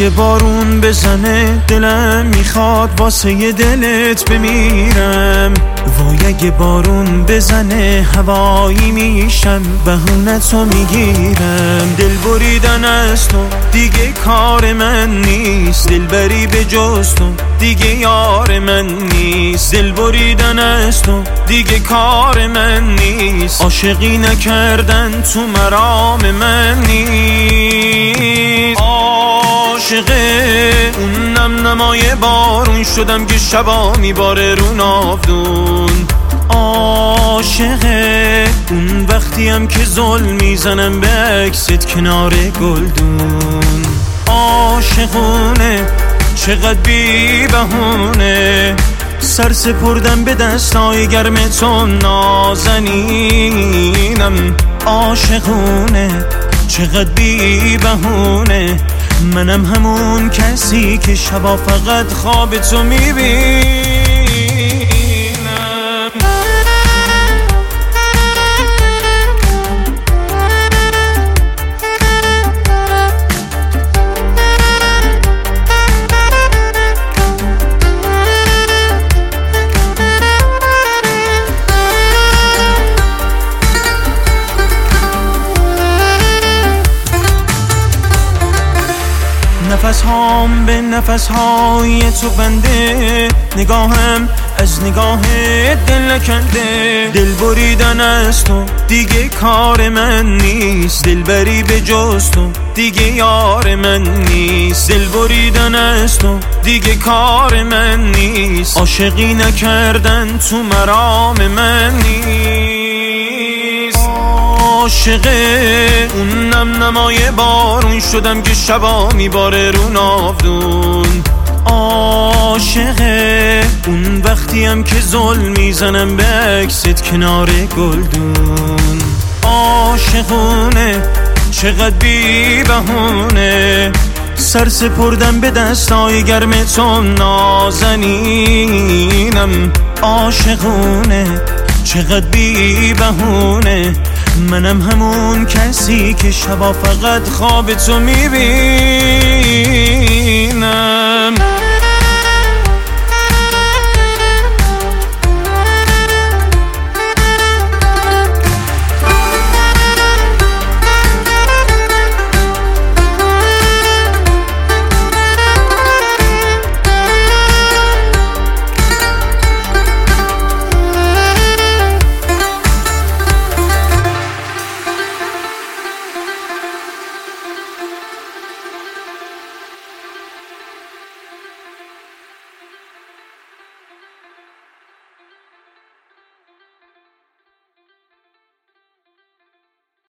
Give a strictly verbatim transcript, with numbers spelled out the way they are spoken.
اگه بارون بزنه دلم میخواد واسه دلت بمیرم. وای اگه بارون بزنه هوایی میشم بهونتو میگیرم. دل بریدن از تو دیگه کار من نیست، دلبری به جز تو دیگه یار من نیست. دل بریدن از تو دیگه کار من نیست، عاشقی نکردن تو مرام من نیست. عاشقه اون نم نمای بارون شدم که شبا میباره رو ناودون. عاشقه اون وقتیم که ظلم میزنم به عکست کنار گلدون. عاشقونه چقدر بی بهونه سر سپردم به دستای گرم تو نازنینم. عاشقونه چقدر بی بهونه منم همون کسی که شبا فقط خواب تو میبینم. نفس هام به نفس های تو بنده، نگاهم از نگاه دل نکنده. دل بریدن از تو دیگه کار من نیست، دلبری به جز تو دیگه یار من نیست. دل بریدن از تو دیگه کار من نیست، عاشقی نکردن تو مرام من نیست. عاشقه اون نم نمای بارون شدم که شبا میباره رو ناودون. عاشقه اون وقتیم که ظلم میزنم به عکست کنار گلدون. عاشقونه چقدر بی بهونه سر سپردم به دستای گرم تو نازنینم. عاشقونه چقدر بی بهونه منم همون کسی که شبا فقط خواب تو میبینم.